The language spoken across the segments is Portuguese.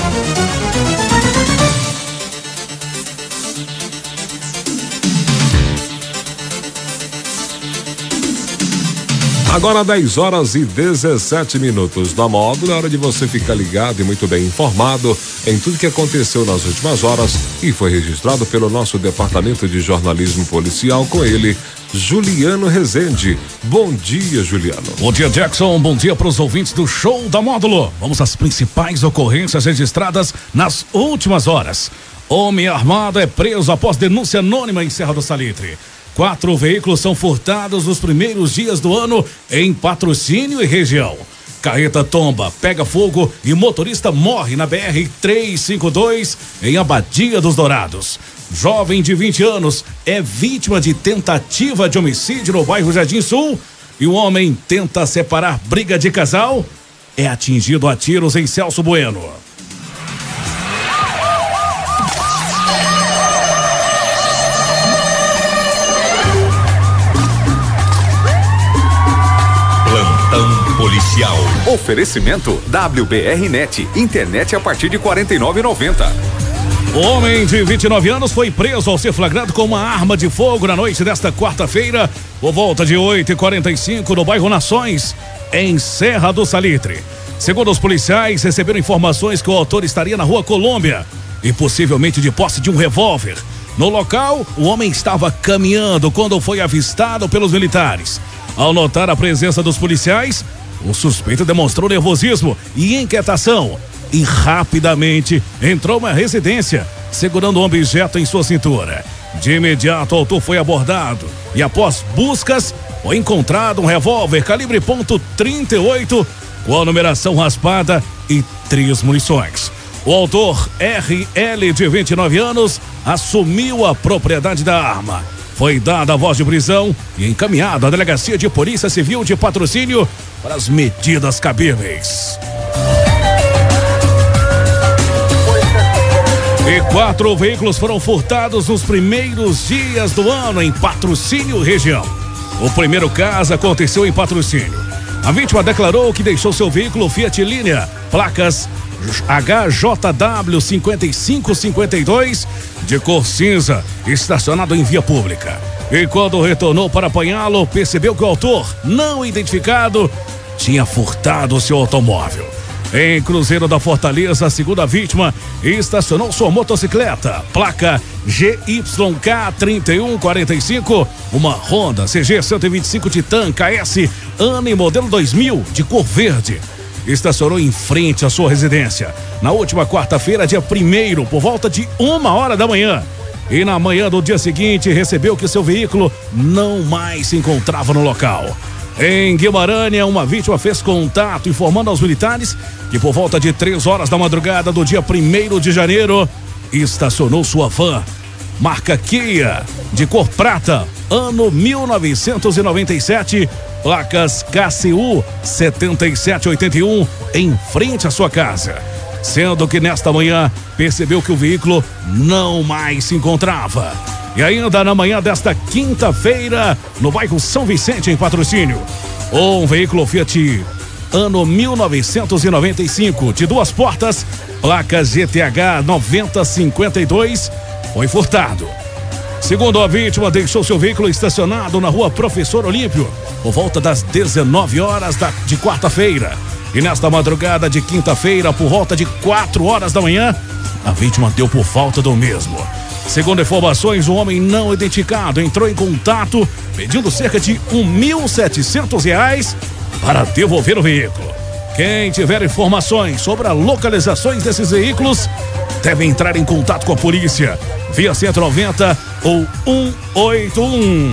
Agora 10h17 da Módulo, é hora de você ficar ligado e muito bem informado em tudo que aconteceu nas últimas horas e foi registrado pelo nosso Departamento de Jornalismo Policial, com ele, Juliano Rezende. Bom dia, Juliano. Bom dia, Jackson. Bom dia para os ouvintes do Show da Módulo. Vamos às principais ocorrências registradas nas últimas horas. Homem armado é preso após denúncia anônima em Serra do Salitre. 4 veículos são furtados nos primeiros dias do ano em Patrocínio e região. Carreta tomba, pega fogo e motorista morre na BR-352 em Abadia dos Dourados. Jovem de 20 anos é vítima de tentativa de homicídio no bairro Jardim Sul e um homem tenta separar briga de casal, é atingido a tiros em Celso Bueno. Policial. Oferecimento WBRnet, internet a partir de R$ 49,90. O homem de 29 anos foi preso ao ser flagrado com uma arma de fogo na noite desta quarta-feira, por volta de 8h45, no bairro Nações, em Serra do Salitre. Segundo os policiais, receberam informações que o autor estaria na Rua Colômbia e possivelmente de posse de um revólver. No local, o homem estava caminhando quando foi avistado pelos militares. Ao notar a presença dos policiais, o suspeito demonstrou nervosismo e inquietação e rapidamente entrou em uma residência, segurando um objeto em sua cintura. De imediato, o autor foi abordado e, após buscas, foi encontrado um revólver calibre .38 com a numeração raspada e 3 munições. O autor, RL, de 29 anos, assumiu a propriedade da arma. Foi dada a voz de prisão e encaminhado à Delegacia de Polícia Civil de Patrocínio para as medidas cabíveis. E 4 veículos foram furtados nos primeiros dias do ano em Patrocínio região. O primeiro caso aconteceu em Patrocínio. A vítima declarou que deixou seu veículo Fiat Linea, placas HJW 5552, de cor cinza, estacionado em via pública. E quando retornou para apanhá-lo, percebeu que o autor, não identificado, tinha furtado seu automóvel. Em Cruzeiro da Fortaleza, a segunda vítima estacionou sua motocicleta, placa GYK 3145, uma Honda CG 125 Titan KS, ano e modelo 2000, de cor verde. Estacionou em frente à sua residência na última quarta-feira, dia 1º, por volta de 1h da manhã. E na manhã do dia seguinte, recebeu que seu veículo não mais se encontrava no local. Em Guimarães, uma vítima fez contato informando aos militares que por volta de 3h da madrugada do dia 1º de janeiro, estacionou sua van, marca Kia, de cor prata, ano 1997, placas KCU 7781, em frente à sua casa. Sendo que nesta manhã percebeu que o veículo não mais se encontrava. E ainda na manhã desta quinta-feira, no bairro São Vicente, em Patrocínio, um veículo Fiat ano 1995, de 2 portas, placa GTH 9052, foi furtado. Segundo a vítima, deixou seu veículo estacionado na rua Professor Olímpio por volta das 19h de quarta-feira. E nesta madrugada de quinta-feira, por volta de 4h da manhã, a vítima deu por falta do mesmo. Segundo informações, um homem não identificado entrou em contato pedindo cerca de R$1.700 para devolver o veículo. Quem tiver informações sobre as localizações desses veículos deve entrar em contato com a polícia via 190 ou 181.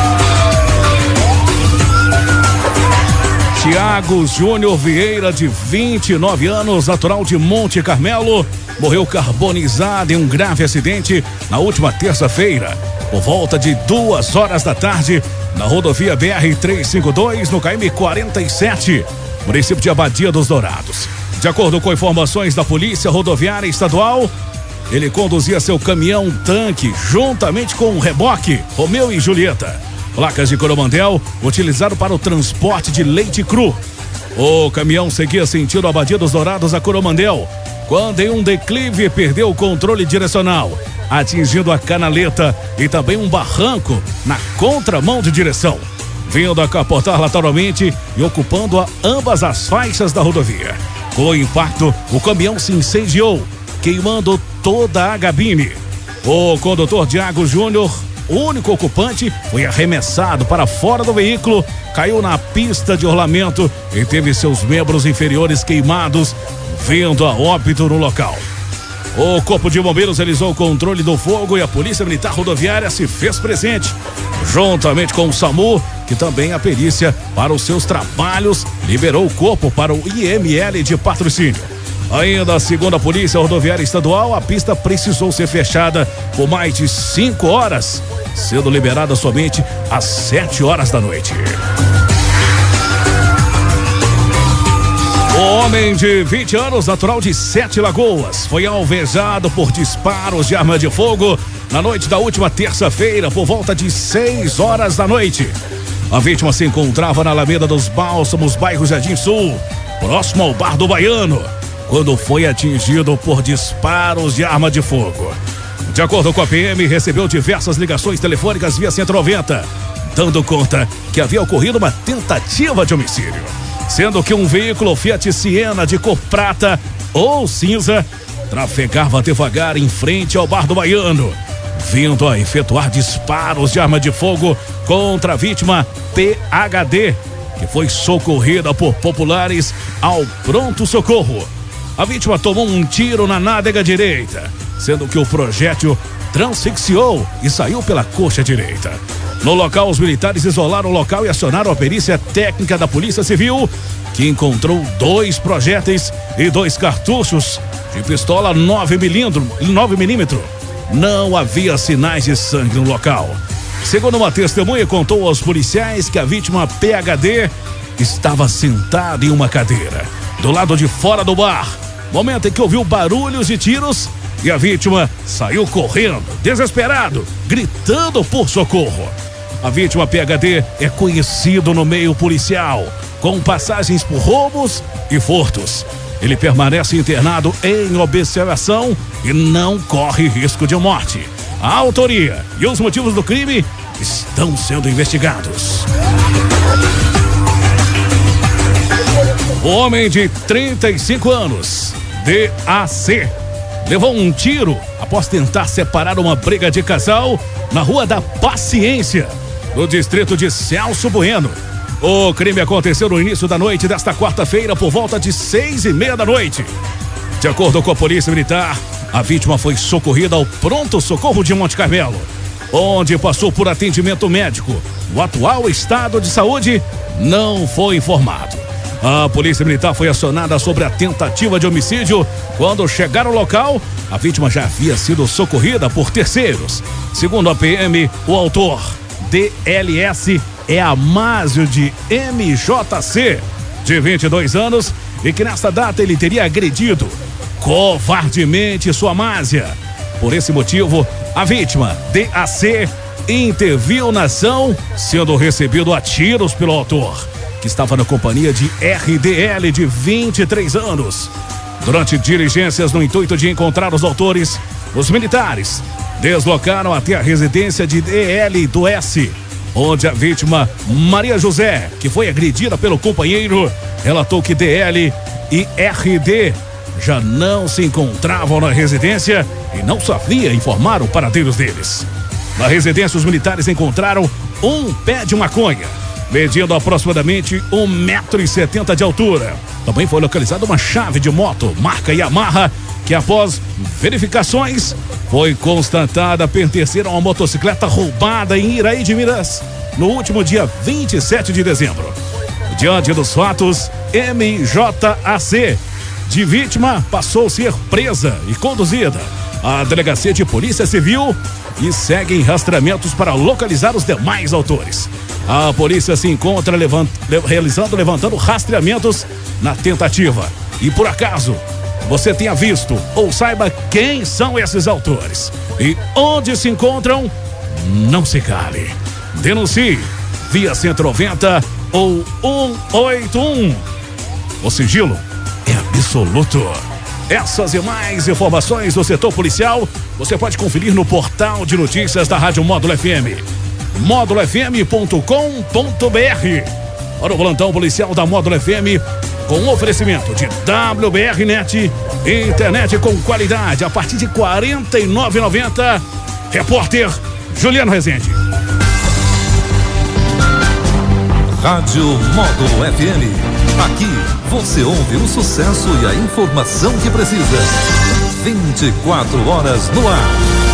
Tiago Júnior Vieira, de 29 anos, natural de Monte Carmelo, morreu carbonizado em um grave acidente na última terça-feira, por volta de 2h da tarde, na rodovia BR-352, no KM 47, município de Abadia dos Dourados. De acordo com informações da Polícia Rodoviária Estadual, ele conduzia seu caminhão-tanque juntamente com um reboque Romeu e Julieta, placas de Coromandel, utilizado para o transporte de leite cru. O caminhão seguia sentido Abadia dos Dourados a Coromandel, quando em um declive perdeu o controle direcional, atingindo a canaleta e também um barranco na contramão de direção, vindo a capotar lateralmente e ocupando ambas as faixas da rodovia. Com o impacto, o caminhão se incendiou, queimando toda a cabine. O condutor Diago Júnior, o único ocupante, foi arremessado para fora do veículo, caiu na pista de rolamento e teve seus membros inferiores queimados, vindo a óbito no local. O Corpo de Bombeiros realizou o controle do fogo e a Polícia Militar Rodoviária se fez presente, juntamente com o SAMU, que também a perícia para os seus trabalhos liberou o corpo para o IML de patrocínio. Ainda segundo a Polícia Rodoviária Estadual, a pista precisou ser fechada por mais de 5 horas, sendo liberada somente às 7 horas da noite. O homem de 20 anos, natural de Sete Lagoas, foi alvejado por disparos de arma de fogo na noite da última terça-feira, por volta de 6 horas da noite. A vítima se encontrava na Alameda dos Bálsamos, bairro Jardim Sul, próximo ao Bar do Baiano, quando foi atingido por disparos de arma de fogo. De acordo com a PM, recebeu diversas ligações telefônicas via 190, dando conta que havia ocorrido uma tentativa de homicídio, sendo que um veículo Fiat Siena de cor prata ou cinza trafegava devagar em frente ao Bar do Baiano, vindo a efetuar disparos de arma de fogo contra a vítima PHD, que foi socorrida por populares ao pronto-socorro. A vítima tomou um tiro na nádega direita, sendo que o projétil transfixiou e saiu pela coxa direita. No local, os militares isolaram o local e acionaram a perícia técnica da Polícia Civil, que encontrou 2 projéteis e 2 cartuchos de pistola 9mm. Não havia sinais de sangue no local. Segundo uma testemunha, contou aos policiais que a vítima PHD estava sentada em uma cadeira, do lado de fora do bar, momento em que ouviu barulhos de tiros e a vítima saiu correndo, desesperado, gritando por socorro. A vítima PHD é conhecido no meio policial, com passagens por roubos e furtos. Ele permanece internado em observação e não corre risco de morte. A autoria e os motivos do crime estão sendo investigados. O homem de 35 anos, DAC, levou um tiro após tentar separar uma briga de casal na Rua da Paciência, no distrito de Celso Bueno. O crime aconteceu no início da noite desta quarta-feira, por volta de 6:30 da noite. De acordo com a Polícia Militar, a vítima foi socorrida ao pronto-socorro de Monte Carmelo, onde passou por atendimento médico. O atual estado de saúde não foi informado. A Polícia Militar foi acionada sobre a tentativa de homicídio. Quando chegaram ao local, a vítima já havia sido socorrida por terceiros. Segundo a PM, o autor, DLS, é Amásio de MJC, de 22 anos, e que nesta data ele teria agredido covardemente sua Amásia. Por esse motivo, a vítima, DAC, interviu na ação, sendo recebido a tiros pelo autor, que estava na companhia de RDL, de 23 anos. Durante diligências no intuito de encontrar os autores, os militares deslocaram até a residência de DL do S, onde a vítima, Maria José, que foi agredida pelo companheiro, relatou que DL e RD já não se encontravam na residência e não sabia informar o paradeiro deles. Na residência, os militares encontraram um pé de maconha, medindo aproximadamente 1,70 m de altura. Também foi localizada uma chave de moto, marca Yamaha, que após verificações foi constatada pertencer a uma motocicleta roubada em Iraí de Minas no último dia 27 de dezembro. Diante dos fatos, MJAC, de vítima, passou a ser presa e conduzida à Delegacia de Polícia Civil e seguem rastreamentos para localizar os demais autores. A polícia se encontra levantando rastreamentos na tentativa. E por acaso você tenha visto ou saiba quem são esses autores e onde se encontram, não se cale. Denuncie via 190 ou 181. O sigilo é absoluto. Essas e mais informações do setor policial você pode conferir no portal de notícias da Rádio Módulo FM, módulofm.com.br. Para o plantão policial da Módulo FM, com oferecimento de WBR Net, internet com qualidade a partir de R$ 49,90. Repórter Juliano Rezende. Rádio Módulo FM. Aqui você ouve o sucesso e a informação que precisa. 24 horas no ar.